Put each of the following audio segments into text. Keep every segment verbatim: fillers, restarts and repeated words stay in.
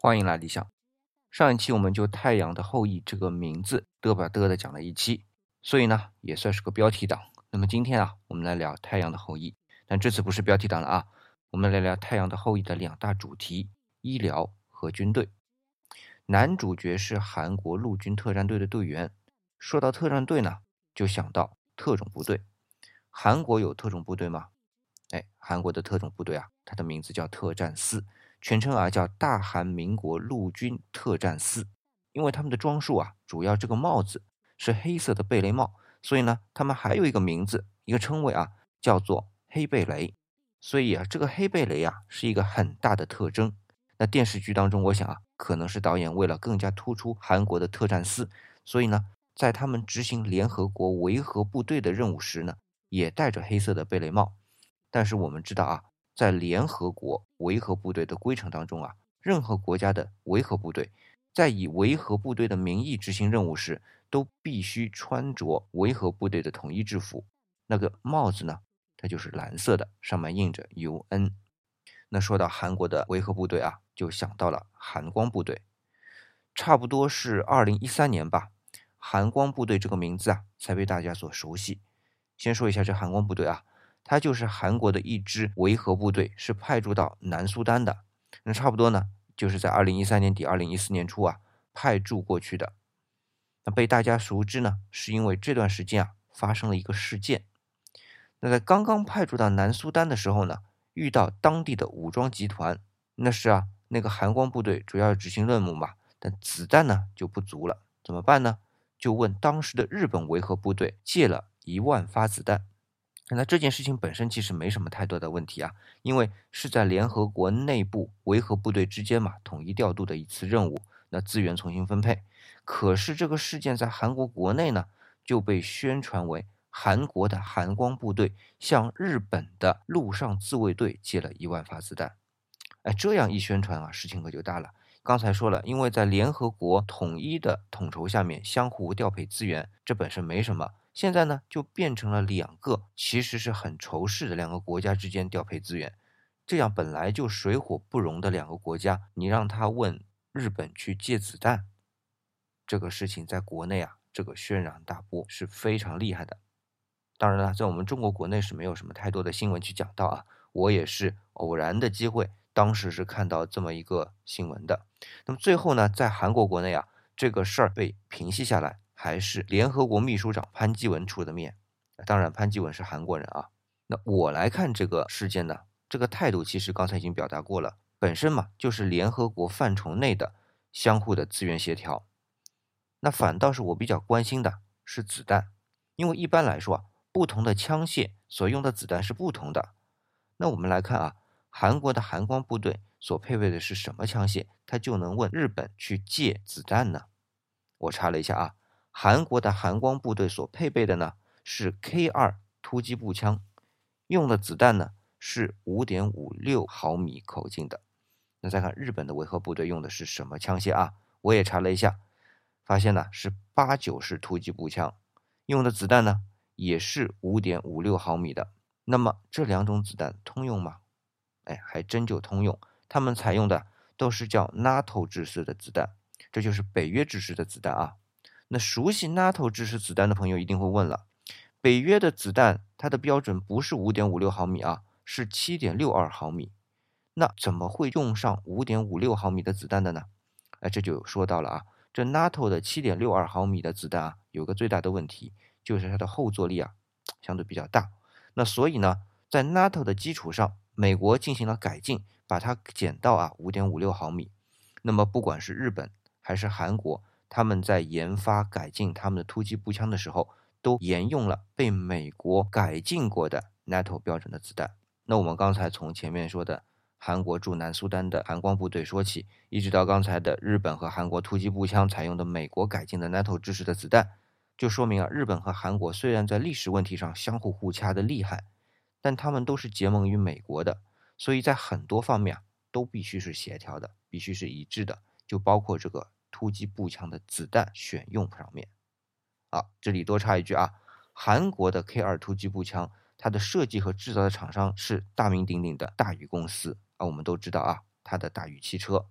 欢迎来理想。上一期我们就太阳的后裔这个名字嘚吧嘚的讲了一期，所以呢也算是个标题党。那么今天啊，我们来聊太阳的后裔，但这次不是标题党了啊，我们来聊太阳的后裔的两大主题：医疗和军队。男主角是韩国陆军特战队的队员。说到特战队呢，就想到特种部队。韩国有特种部队吗？哎，韩国的特种部队啊，它的名字叫特战司，全称啊叫大韩民国陆军特战司。因为他们的装束啊，主要这个帽子是黑色的贝雷帽，所以呢，他们还有一个名字，一个称谓啊，叫做黑贝雷。所以啊，这个黑贝雷啊，是一个很大的特征。那电视剧当中，我想啊，可能是导演为了更加突出韩国的特战司，所以呢，在他们执行联合国维和部队的任务时呢，也戴着黑色的贝雷帽。但是我们知道啊，在联合国维和部队的规程当中啊，任何国家的维和部队在以维和部队的名义执行任务时，都必须穿着维和部队的统一制服。那个帽子呢，它就是蓝色的，上面印着 U N。 那说到韩国的维和部队啊，就想到了韩光部队。差不多是二零一三年吧，韩光部队这个名字啊才被大家所熟悉。先说一下这韩光部队啊，它就是韩国的一支维和部队，是派驻到南苏丹的。那差不多呢，就是在二零一三年底二零一四年初啊派驻过去的。那被大家熟知呢，是因为这段时间啊发生了一个事件。那在刚刚派驻到南苏丹的时候呢，遇到当地的武装集团。那时啊，那个韩光部队主要执行任务嘛，但子弹呢就不足了，怎么办呢？就问当时的日本维和部队借了一万发子弹。那这件事情本身其实没什么太多的问题啊，因为是在联合国内部维和部队之间嘛统一调度的一次任务，那资源重新分配。可是这个事件在韩国国内呢，就被宣传为韩国的韩光部队向日本的陆上自卫队借了一万发子弹。哎，这样一宣传啊，事情可就大了。刚才说了，因为在联合国统一的统筹下面相互调配资源，这本身没什么。现在呢，就变成了两个其实是很仇视的两个国家之间调配资源。这样本来就水火不容的两个国家，你让他问日本去借子弹，这个事情在国内啊，这个轩然大波是非常厉害的。当然了，在我们中国国内是没有什么太多的新闻去讲到啊，我也是偶然的机会，当时是看到这么一个新闻的。那么最后呢，在韩国国内啊，这个事儿被平息下来，还是联合国秘书长潘基文出的面。当然，潘基文是韩国人啊。那我来看这个事件呢，这个态度其实刚才已经表达过了，本身嘛就是联合国范畴内的相互的资源协调。那反倒是我比较关心的是子弹，因为一般来说啊，不同的枪械所用的子弹是不同的。那我们来看啊，韩国的韩光部队所配备的是什么枪械，他就能问日本去借子弹呢？我查了一下啊，韩国的韩光部队所配备的呢是 K 二 突击步枪，用的子弹呢是 五点五六毫米口径的。那再看日本的维和部队用的是什么枪械啊？我也查了一下，发现呢是八九式突击步枪，用的子弹呢也是 五点五六毫米的。那么这两种子弹通用吗？哎，还真就通用。他们采用的都是叫 NATO 制式的子弹，这就是北约制式的子弹啊。那熟悉 NATO 制式子弹的朋友一定会问了，北约的子弹它的标准不是 五点五六毫米啊，是 七点六二毫米。那怎么会用上 五点五六毫米的子弹的呢？哎，这就说到了啊，这 NATO 的 七点六二毫米的子弹啊，有个最大的问题，就是它的后坐力啊相对比较大。那所以呢，在 NATO 的基础上，美国进行了改进，把它减到啊 五点五六毫米。那么不管是日本还是韩国，他们在研发改进他们的突击步枪的时候，都沿用了被美国改进过的 NATO 标准的子弹。那我们刚才从前面说的韩国驻南苏丹的韩光部队说起，一直到刚才的日本和韩国突击步枪采用的美国改进的 NATO 制式的子弹，就说明啊，日本和韩国虽然在历史问题上相互互掐的厉害，但他们都是结盟于美国的，所以在很多方面啊，都必须是协调的，必须是一致的，就包括这个突击步枪的子弹选用上面。啊，这里多插一句啊，韩国的 K 二 突击步枪，它的设计和制造的厂商是大名鼎鼎的大宇公司啊，我们都知道啊，它的大宇汽车。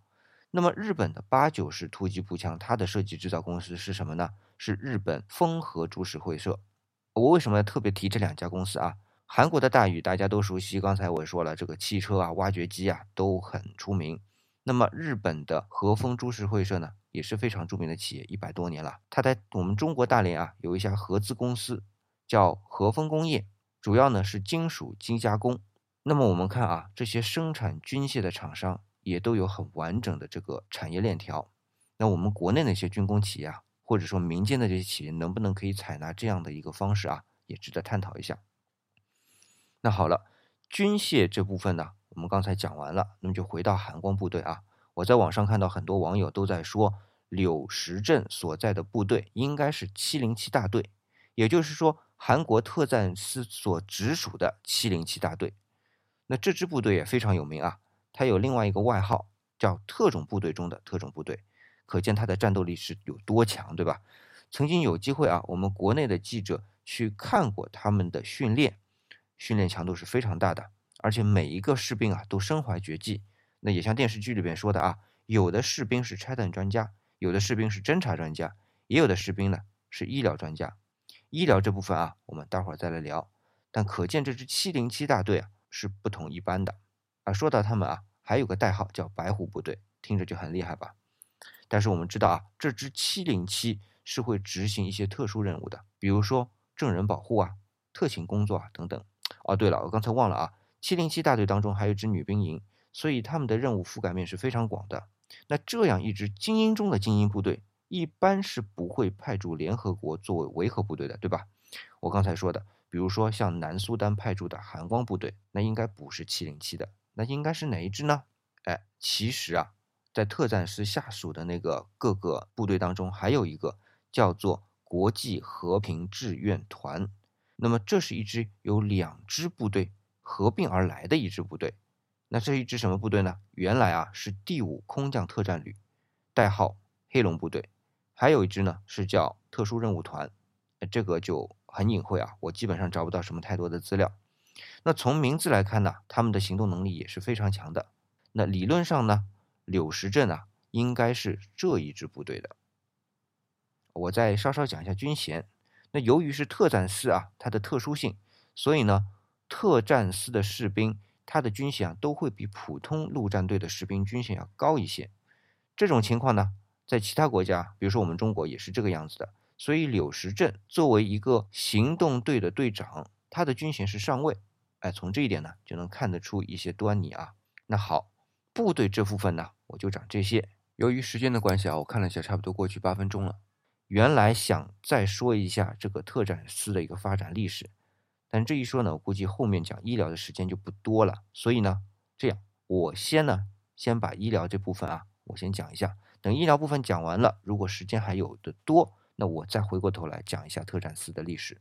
那么日本的八九式突击步枪，它的设计制造公司是什么呢？是日本丰和株式会社。我为什么要特别提这两家公司啊？韩国的大宇大家都熟悉，刚才我说了，这个汽车啊、挖掘机啊都很出名。那么日本的和风株式会社呢，也是非常著名的企业，一百多年了。它在我们中国大连啊有一家合资公司叫和风工业，主要呢是金属机加工。那么我们看啊，这些生产军械的厂商也都有很完整的这个产业链条。那我们国内那些军工企业啊，或者说民间的这些企业，能不能可以采纳这样的一个方式啊，也值得探讨一下。那好了，军械这部分呢，我们刚才讲完了，那么就回到韩光部队啊。我在网上看到很多网友都在说，柳石镇所在的部队应该是七零七大队，也就是说韩国特战司所直属的七零七大队。那这支部队也非常有名啊，它有另外一个外号叫特种部队中的特种部队，可见它的战斗力是有多强，对吧？曾经有机会啊，我们国内的记者去看过他们的训练，训练强度是非常大的，而且每一个士兵啊都身怀绝技。那也像电视剧里边说的啊，有的士兵是拆弹专家，有的士兵是侦察专家，也有的士兵呢是医疗专家。医疗这部分啊，我们待会儿再来聊。但可见这支七零七大队啊是不同一般的啊。说到他们啊，还有个代号叫白虎部队，听着就很厉害吧？但是我们知道啊，这支七零七是会执行一些特殊任务的，比如说证人保护啊、特勤工作啊等等。哦，对了，我刚才忘了啊，七零七大队当中还有一支女兵营，所以他们的任务覆盖面是非常广的。那这样一支精英中的精英部队，一般是不会派驻联合国作为维和部队的，对吧？我刚才说的，比如说像南苏丹派驻的韩光部队，那应该不是七零七的，那应该是哪一支呢？哎，其实啊，在特战司下属的那个各个部队当中，还有一个叫做国际和平志愿团。那么这是一支由两支部队合并而来的一支部队。那这是一支什么部队呢？原来啊是第五空降特战旅，代号黑龙部队。还有一支呢是叫特殊任务团，这个就很隐晦啊，我基本上找不到什么太多的资料。那从名字来看呢，他们的行动能力也是非常强的。那理论上呢，柳石镇啊应该是这一支部队的。我再稍稍讲一下军衔。那由于是特战司啊，它的特殊性，所以呢，特战司的士兵他的军衔啊都会比普通陆战队的士兵军衔要高一些。这种情况呢，在其他国家，比如说我们中国也是这个样子的。所以柳石镇作为一个行动队的队长，他的军衔是上尉。哎，从这一点呢，就能看得出一些端倪啊。那好，部队这部分呢，我就讲这些。由于时间的关系啊，我看了一下，差不多过去八分钟了。原来想再说一下这个特战司的一个发展历史，但这一说呢，我估计后面讲医疗的时间就不多了。所以呢，这样我先呢，先把医疗这部分啊，我先讲一下。等医疗部分讲完了，如果时间还有的多，那我再回过头来讲一下特战司的历史。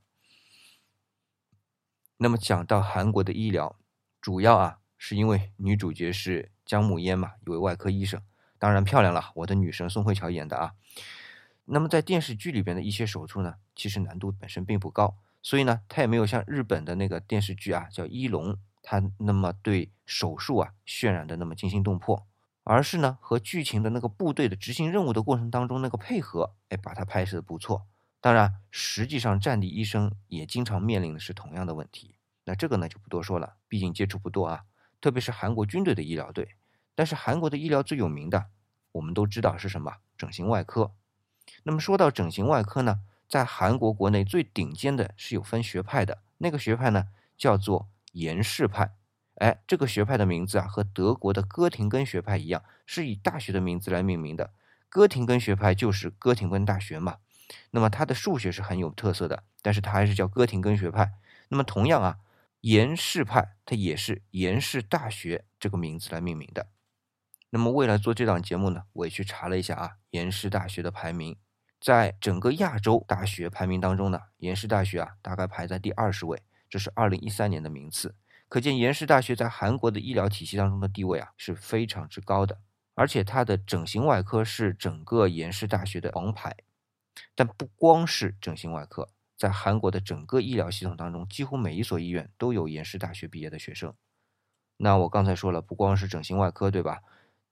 那么讲到韩国的医疗，主要啊是因为女主角是姜暮嫣嘛，一位外科医生，当然漂亮了，我的女神宋慧乔演的啊。那么在电视剧里边的一些手术呢，其实难度本身并不高，所以呢，它也没有像日本的那个电视剧啊叫《医龙》，它那么对手术啊渲染的那么惊心动魄，而是呢和剧情的那个部队的执行任务的过程当中那个配合，哎，把它拍摄的不错。当然，实际上战地医生也经常面临的是同样的问题。那这个呢就不多说了，毕竟接触不多啊。特别是韩国军队的医疗队，但是韩国的医疗最有名的，我们都知道是什么？整形外科。那么说到整形外科呢，在韩国国内最顶尖的是有分学派的，那个学派呢叫做延世派。哎，这个学派的名字啊和德国的哥廷根学派一样，是以大学的名字来命名的。哥廷根学派就是哥廷根大学嘛。那么它的数学是很有特色的，但是它还是叫哥廷根学派。那么同样啊，延世派它也是延世大学这个名字来命名的。那么为了做这档节目呢，我也去查了一下啊，延世大学的排名，在整个亚洲大学排名当中呢，延世大学啊大概排在第二十位，这是二零一三年的名次。可见延世大学在韩国的医疗体系当中的地位啊是非常之高的，而且它的整形外科是整个延世大学的王牌。但不光是整形外科，在韩国的整个医疗系统当中，几乎每一所医院都有延世大学毕业的学生。那我刚才说了，不光是整形外科，对吧？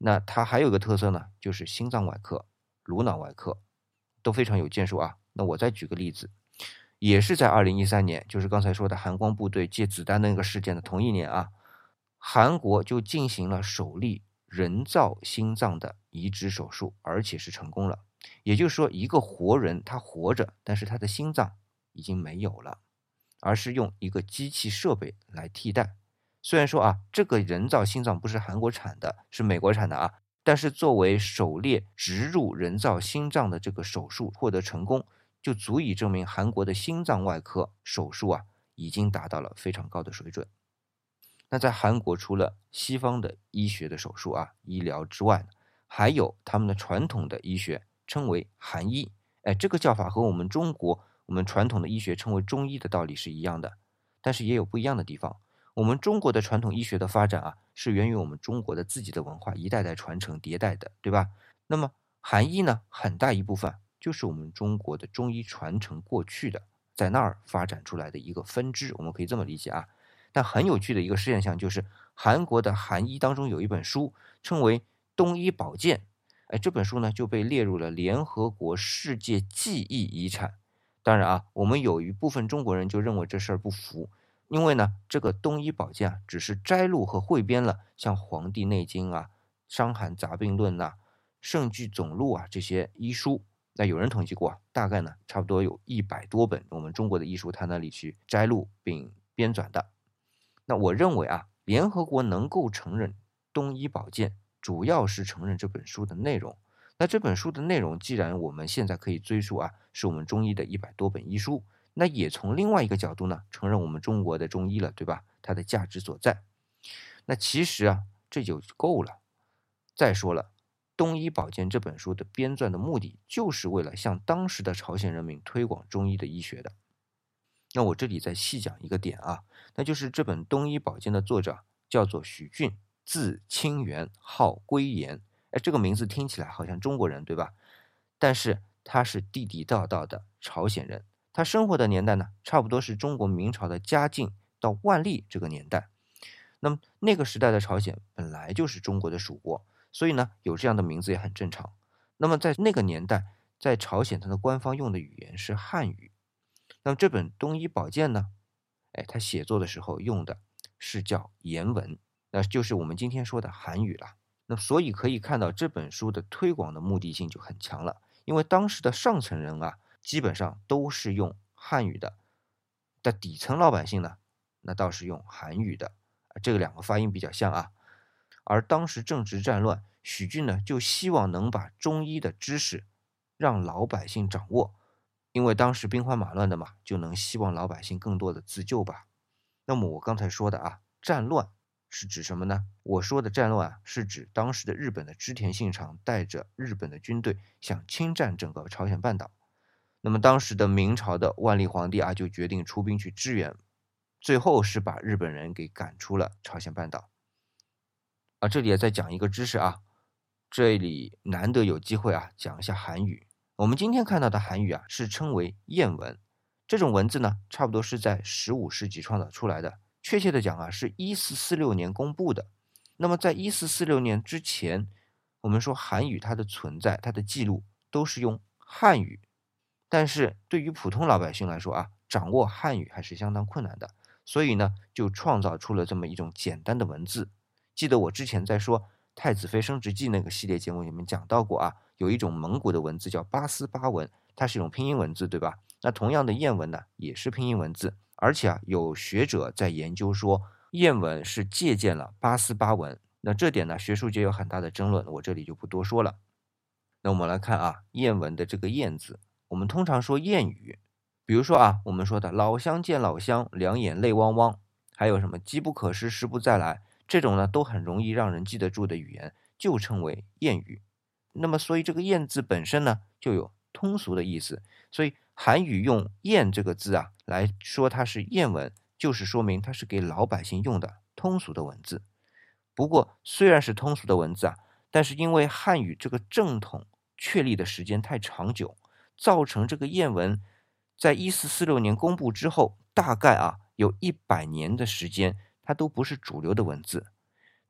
那它还有一个特色呢，就是心脏外科、颅脑外科都非常有建树啊。那我再举个例子，也是在二零一三年，就是刚才说的韩光部队借子弹的那个事件的同一年啊，韩国就进行了首例人造心脏的移植手术，而且是成功了。也就是说，一个活人他活着，但是他的心脏已经没有了，而是用一个机器设备来替代。虽然说啊，这个人造心脏不是韩国产的，是美国产的啊，但是作为首列植入人造心脏的这个手术获得成功，就足以证明韩国的心脏外科手术啊，已经达到了非常高的水准。那在韩国，除了西方的医学的手术啊、医疗之外，还有他们的传统的医学，称为韩医。哎，这个叫法和我们中国我们传统的医学称为中医的道理是一样的，但是也有不一样的地方。我们中国的传统医学的发展啊，是源于我们中国的自己的文化一代代传承迭代的，对吧？那么韩医呢，很大一部分就是我们中国的中医传承过去的，在那儿发展出来的一个分支，我们可以这么理解啊。但很有趣的一个现象就是，韩国的韩医当中有一本书称为《东医宝鉴》，哎，这本书呢就被列入了联合国世界记忆遗产。当然啊，我们有一部分中国人就认为这事儿不服，因为呢，这个东医宝鉴啊，只是摘录和汇编了像《黄帝内经》啊、伤寒杂病论呐、圣句总录啊这些医书。那有人统计过啊，大概呢差不多有一百多本我们中国的医书，他那里去摘录并编纂的。那我认为啊，联合国能够承认东医宝鉴，主要是承认这本书的内容。那这本书的内容，既然我们现在可以追溯啊，是我们中医的一百多本医书，那也从另外一个角度呢，承认我们中国的中医了，对吧？它的价值所在。那其实啊，这就够了。再说了，东医宝鉴这本书的编撰的目的，就是为了向当时的朝鲜人民推广中医的医学的。那我这里再细讲一个点啊，那就是这本《东医宝鉴》的作者叫做许峻，字清源，号归言。哎，这个名字听起来好像中国人，对吧？但是他是地地道道的朝鲜人，他生活的年代呢，差不多是中国明朝的嘉靖到万历这个年代。那么那个时代的朝鲜本来就是中国的属国，所以呢，有这样的名字也很正常。那么在那个年代，在朝鲜它的官方用的语言是汉语。那么这本《东医宝鉴》呢，哎，他写作的时候用的是叫颜文，那就是我们今天说的韩语了。那所以可以看到这本书的推广的目的性就很强了，因为当时的上层人啊，基本上都是用汉语的，但底层老百姓呢，那倒是用韩语的，这个两个发音比较像啊。而当时正值战乱，许峻呢就希望能把中医的知识让老百姓掌握，因为当时兵荒马乱的嘛，就能希望老百姓更多的自救吧。那么我刚才说的啊，战乱是指什么呢？我说的战乱啊，是指当时的日本的织田信长带着日本的军队想侵占整个朝鲜半岛。那么当时的明朝的万历皇帝啊，就决定出兵去支援，最后是把日本人给赶出了朝鲜半岛。啊，这里也再讲一个知识啊，这里难得有机会啊，讲一下韩语。我们今天看到的韩语啊，是称为谚文。这种文字呢，差不多是在十五世纪创造出来的，确切的讲啊，是一四四六年公布的。那么在一四四六年之前，我们说韩语它的存在，它的记录都是用汉语。但是对于普通老百姓来说啊，掌握汉语还是相当困难的，所以呢，就创造出了这么一种简单的文字。记得我之前在说《太子妃升职记》那个系列节目里面讲到过啊，有一种蒙古的文字叫八思巴文，它是一种拼音文字，对吧？那同样的谚文呢，也是拼音文字，而且啊，有学者在研究说，谚文是借鉴了八思巴文。那这点呢，学术界有很大的争论，我这里就不多说了。那我们来看啊，谚文的这个谚字，我们通常说谚语，比如说啊，我们说的老乡见老乡，两眼泪汪汪，还有什么机不可失，时不再来，这种呢都很容易让人记得住的语言，就称为谚语。那么所以这个谚字本身呢，就有通俗的意思，所以韩语用谚这个字啊来说它是谚文，就是说明它是给老百姓用的通俗的文字。不过虽然是通俗的文字啊，但是因为汉语这个正统确立的时间太长久，造成这个谚文在一四四六年公布之后，大概啊有一百年的时间，它都不是主流的文字。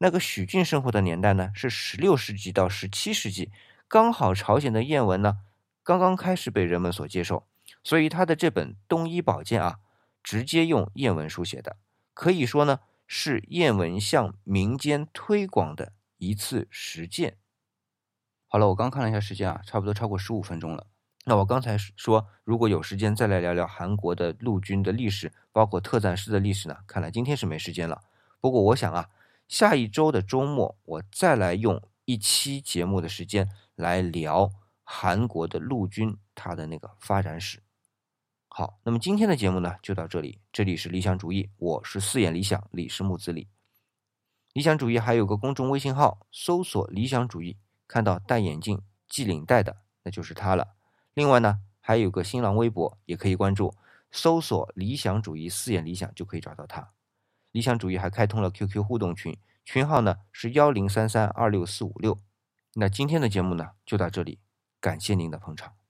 那个许俊生活的年代呢是十六世纪到十七世纪，刚好朝鲜的谚文呢刚刚开始被人们所接受，所以他的这本《东医宝鉴》啊，直接用谚文书写的，可以说呢是谚文向民间推广的一次实践。好了，我刚看了一下时间啊，差不多超过十五分钟了。那我刚才说，如果有时间再来聊聊韩国的陆军的历史，包括特战师的历史呢，看来今天是没时间了。不过我想啊，下一周的周末我再来用一期节目的时间来聊韩国的陆军它的那个发展史。好，那么今天的节目呢就到这里，这里是理想主义，我是四眼理想，李是木子李。理想主义还有个公众微信号，搜索理想主义，看到戴眼镜系领带的那就是他了。另外呢还有个新浪微博也可以关注，搜索理想主义四眼理想就可以找到他。理想主义还开通了 Q Q 互动群，群号呢是一零三三二六四五六。那今天的节目呢就到这里，感谢您的捧场。